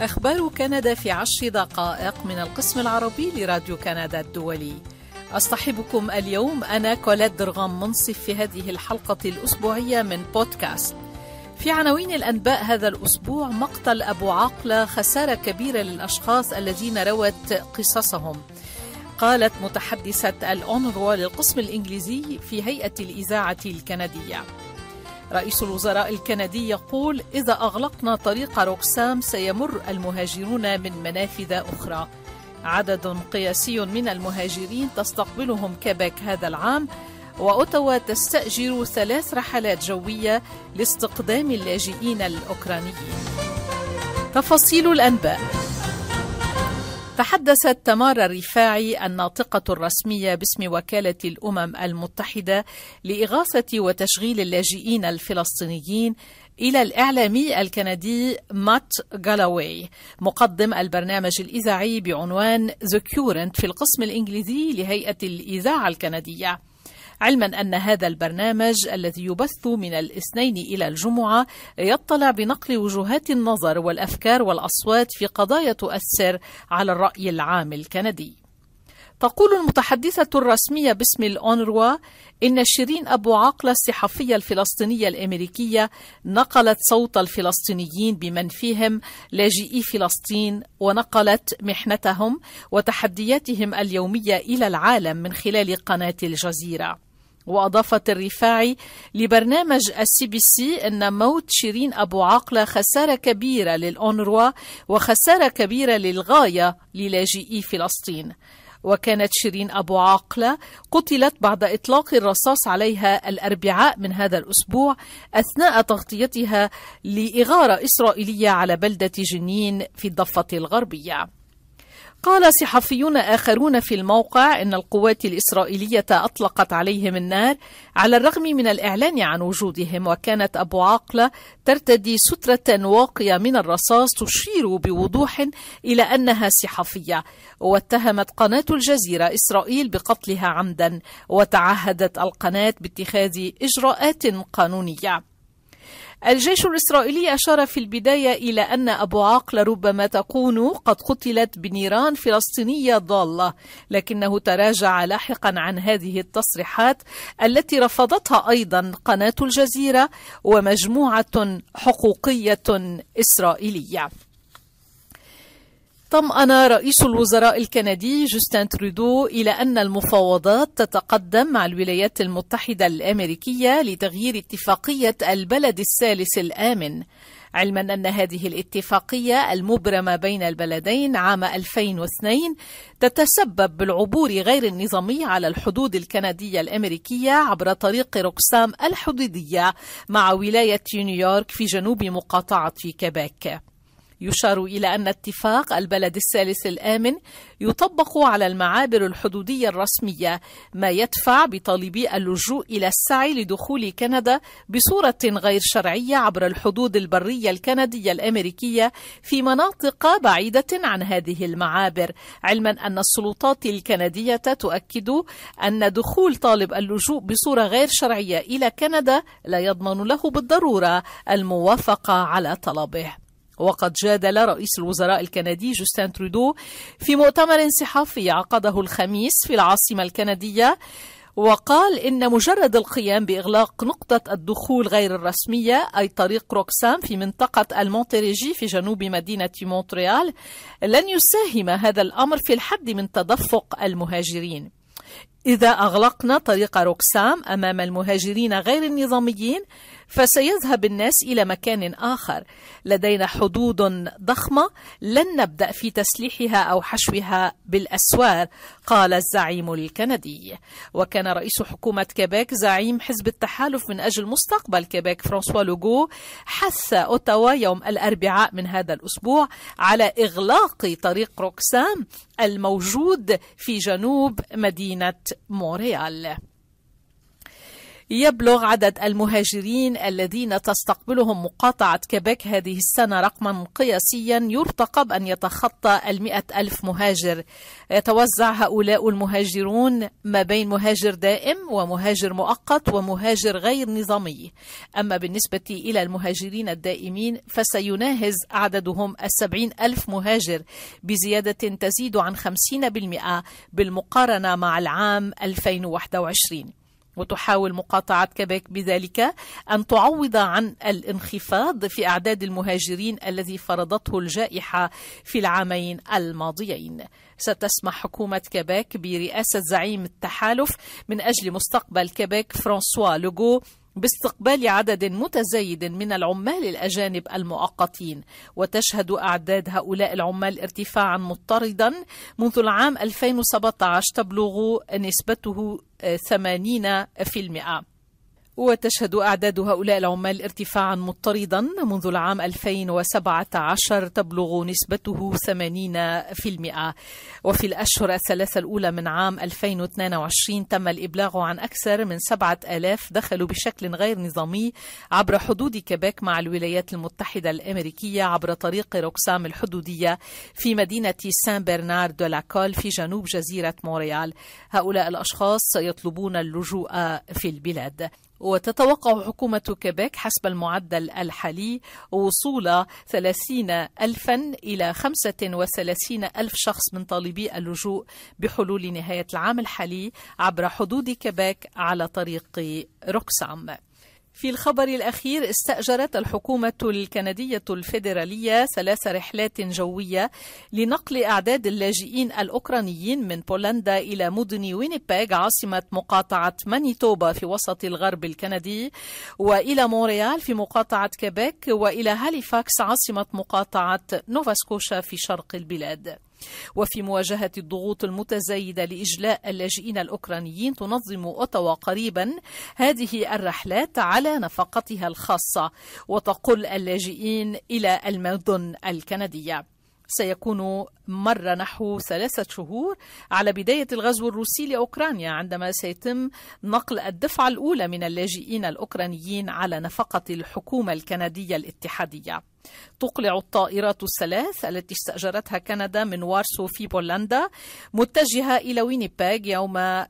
أخبار كندا في 10 دقائق من القسم العربي لراديو كندا الدولي. أصطحبكم اليوم أنا كوليت درغام منصف في هذه الحلقة الأسبوعية من بودكاست. في عناوين الأنباء هذا الأسبوع: مقتل أبو عاقلة، خسارة كبيرة للأشخاص الذين روت قصصهم. قالت متحدثة الأونروا للقسم الإنجليزي في هيئة الإذاعة الكندية. رئيس الوزراء الكندي يقول: إذا أغلقنا طريق روكسام سيمر المهاجرون من منافذ أخرى. عدد قياسي من المهاجرين تستقبلهم كيبيك هذا العام، وأوتاوا تستأجر 3 رحلات جوية لاستقدام اللاجئين الأوكرانيين. تفاصيل الأنباء. تحدثت تمارا الرفاعي الناطقة الرسمية باسم وكالة الأمم المتحدة لإغاثة وتشغيل اللاجئين الفلسطينيين إلى الإعلامي الكندي مات غالاوي، مقدم البرنامج الإذاعي بعنوان The Current في القسم الإنجليزي لهيئة الإذاعة الكندية، علما أن هذا البرنامج الذي يبث من الاثنين إلى الجمعة يطلع بنقل وجهات النظر والأفكار والأصوات في قضايا تؤثر على الرأي العام الكندي. تقول المتحدثة الرسمية باسم الأونروا إن شيرين أبو عاقلة الصحفية الفلسطينية الأمريكية نقلت صوت الفلسطينيين بمن فيهم لاجئي فلسطين، ونقلت محنتهم وتحدياتهم اليومية إلى العالم من خلال قناة الجزيرة. وأضافت الرفاعي لبرنامج CBC أن موت شيرين أبو عاقلة خسارة كبيرة للأونروا وخسارة كبيرة للغاية للاجئي فلسطين. وكانت شيرين أبو عاقلة قتلت بعد إطلاق الرصاص عليها الأربعاء من هذا الأسبوع أثناء تغطيتها لإغارة إسرائيلية على بلدة جنين في الضفة الغربية. قال صحفيون آخرون في الموقع إن القوات الإسرائيلية أطلقت عليهم النار على الرغم من الإعلان عن وجودهم، وكانت أبو عاقلة ترتدي سترة واقية من الرصاص تشير بوضوح إلى أنها صحفية. واتهمت قناة الجزيرة إسرائيل بقتلها عمدا، وتعهدت القناة باتخاذ إجراءات قانونية. الجيش الإسرائيلي أشار في البداية إلى أن أبو عاقلة ربما تكون قد قتلت بنيران فلسطينية ضالة، لكنه تراجع لاحقا عن هذه التصريحات التي رفضتها أيضا قناة الجزيرة ومجموعة حقوقية إسرائيلية. طمأن رئيس الوزراء الكندي جوستين ترودو إلى أن المفاوضات تتقدم مع الولايات المتحدة الأمريكية لتغيير اتفاقية البلد الثالث الآمن، علما أن هذه الاتفاقية المبرمة بين البلدين عام 2002 تتسبب بالعبور غير النظامي على الحدود الكندية الأمريكية عبر طريق روكسام الحدودية مع ولاية نيويورك في جنوب مقاطعة كيبيك. يشار إلى أن اتفاق البلد الثالث الآمن يطبق على المعابر الحدودية الرسمية، ما يدفع بطالبي اللجوء إلى السعي لدخول كندا بصورة غير شرعية عبر الحدود البرية الكندية الأمريكية في مناطق بعيدة عن هذه المعابر، علما أن السلطات الكندية تؤكد أن دخول طالب اللجوء بصورة غير شرعية إلى كندا لا يضمن له بالضرورة الموافقة على طلبه. وقد جادل رئيس الوزراء الكندي جوستين ترودو في مؤتمر صحفي عقده الخميس في العاصمة الكندية، وقال إن مجرد القيام بإغلاق نقطة الدخول غير الرسمية أي طريق روكسام في منطقة المونتريجي في جنوب مدينة مونتريال لن يساهم هذا الأمر في الحد من تدفق المهاجرين. إذا أغلقنا طريق روكسام أمام المهاجرين غير النظاميين فسيذهب الناس إلى مكان آخر. لدينا حدود ضخمة لن نبدأ في تسليحها أو حشوها بالأسوار، قال الزعيم الكندي. وكان رئيس حكومة كيبيك زعيم حزب التحالف من أجل مستقبل كيبيك فرانسوا لوغو حث أوتاوا يوم الأربعاء من هذا الأسبوع على إغلاق طريق روكسام الموجود في جنوب مدينة مونريال. يبلغ عدد المهاجرين الذين تستقبلهم مقاطعة كيبيك هذه السنة رقما قياسيا يرتقب أن يتخطى 100,000 مهاجر. يتوزع هؤلاء المهاجرون ما بين مهاجر دائم ومهاجر مؤقت ومهاجر غير نظامي. أما بالنسبة إلى المهاجرين الدائمين فسيناهز عددهم 70,000 مهاجر بزيادة تزيد عن 50% بالمقارنة مع العام 2021. وتحاول مقاطعة كيبيك بذلك أن تعوض عن الانخفاض في أعداد المهاجرين الذي فرضته الجائحة في العامين الماضيين. ستسمح حكومة كيبيك برئاسة زعيم التحالف من أجل مستقبل كيبيك فرانسوا لوغو باستقبال عدد متزايد من العمال الأجانب المؤقتين، وتشهد أعداد هؤلاء العمال ارتفاعا مضطردا منذ العام 2017 تبلغ نسبته 80%. وتشهد أعداد هؤلاء العمال ارتفاعا مضطردا منذ العام 2017 تبلغ نسبته 80%. وفي الأشهر الثلاثة الأولى من عام 2022 تم الإبلاغ عن أكثر من 7,000 دخلوا بشكل غير نظامي عبر حدود كيبيك مع الولايات المتحدة الأمريكية عبر طريق روكسام الحدودية في مدينة سان برنار دو لاكول في جنوب جزيرة مونريال. هؤلاء الأشخاص سيطلبون اللجوء في البلاد. وتتوقع حكومة كيبيك حسب المعدل الحالي وصول 30,000 إلى 35,000 شخص من طالبي اللجوء بحلول نهاية العام الحالي عبر حدود كيبيك على طريق روكسام. في الخبر الأخير استأجرت الحكومة الكندية الفيدرالية 3 رحلات جوية لنقل أعداد اللاجئين الأوكرانيين من بولندا إلى مدن وينيبيغ عاصمة مقاطعة مانيتوبا في وسط الغرب الكندي، وإلى مونريال في مقاطعة كيبيك، وإلى هاليفاكس عاصمة مقاطعة نوفاسكوشا في شرق البلاد. وفي مواجهة الضغوط المتزايدة لإجلاء اللاجئين الأوكرانيين تنظم أوتاوا قريبا هذه الرحلات على نفقتها الخاصة وتقل اللاجئين إلى المدن الكندية. سيكون مر نحو 3 شهور على بداية الغزو الروسي لأوكرانيا عندما سيتم نقل الدفعة الأولى من اللاجئين الأوكرانيين على نفقة الحكومة الكندية الاتحادية. تقلع الطائرات الثلاث التي استأجرتها كندا من وارسو في بولندا متجهة إلى وينيبيغ يوم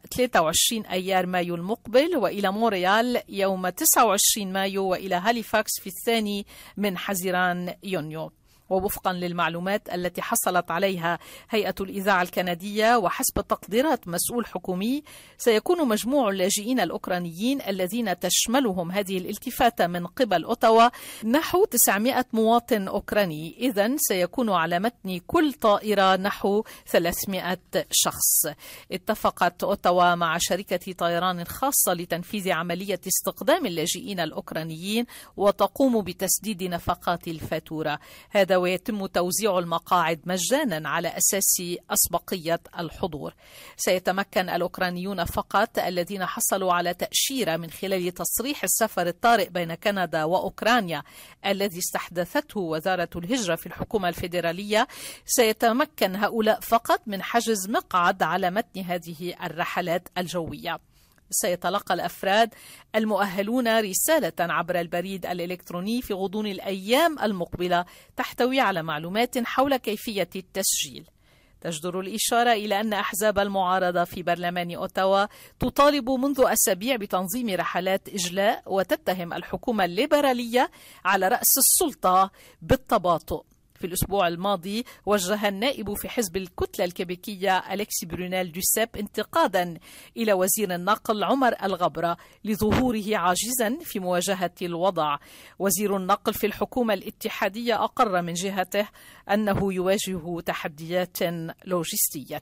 23 أيار مايو المقبل، وإلى مونريال يوم 29 مايو، وإلى هاليفاكس في 2 من حزيران يونيو. ووفقا للمعلومات التي حصلت عليها هيئة الإذاعة الكندية وحسب تقديرات مسؤول حكومي، سيكون مجموع اللاجئين الأوكرانيين الذين تشملهم هذه الالتفاتة من قبل أوتاوا نحو 900 مواطن أوكراني. إذن سيكون على متن كل طائرة نحو 300 شخص. اتفقت أوتاوا مع شركة طيران خاصة لتنفيذ عملية استقدام اللاجئين الأوكرانيين وتقوم بتسديد نفقات الفاتورة. هذا ويتم توزيع المقاعد مجانا على أساس أسبقية الحضور. سيتمكن الأوكرانيون فقط الذين حصلوا على تأشيرة من خلال تصريح السفر الطارئ بين كندا وأوكرانيا الذي استحدثته وزارة الهجرة في الحكومة الفيدرالية، سيتمكن هؤلاء فقط من حجز مقعد على متن هذه الرحلات الجوية. سيتلقى الأفراد المؤهلون رسالة عبر البريد الإلكتروني في غضون الأيام المقبلة تحتوي على معلومات حول كيفية التسجيل. تجدر الإشارة إلى أن أحزاب المعارضة في برلمان أوتاوا تطالب منذ أسابيع بتنظيم رحلات إجلاء وتتهم الحكومة الليبرالية على رأس السلطة بالتباطؤ. في الأسبوع الماضي وجه النائب في حزب الكتلة الكيبيكية أليكسي برونيل دوسيب انتقادا إلى وزير النقل عمر الغبرة لظهوره عاجزا في مواجهة الوضع. وزير النقل في الحكومة الاتحادية أقر من جهته أنه يواجه تحديات لوجستية.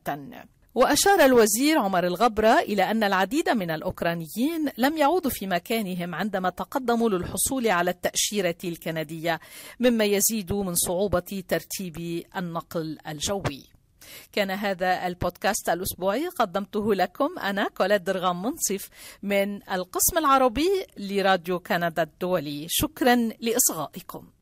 وأشار الوزير عمر الغبرة إلى أن العديد من الأوكرانيين لم يعودوا في مكانهم عندما تقدموا للحصول على التأشيرة الكندية، مما يزيد من صعوبة ترتيب النقل الجوي. كان هذا البودكاست الأسبوعي قدمته لكم أنا كولاد درغام منصف من القسم العربي لراديو كندا الدولي. شكرا لإصغائكم.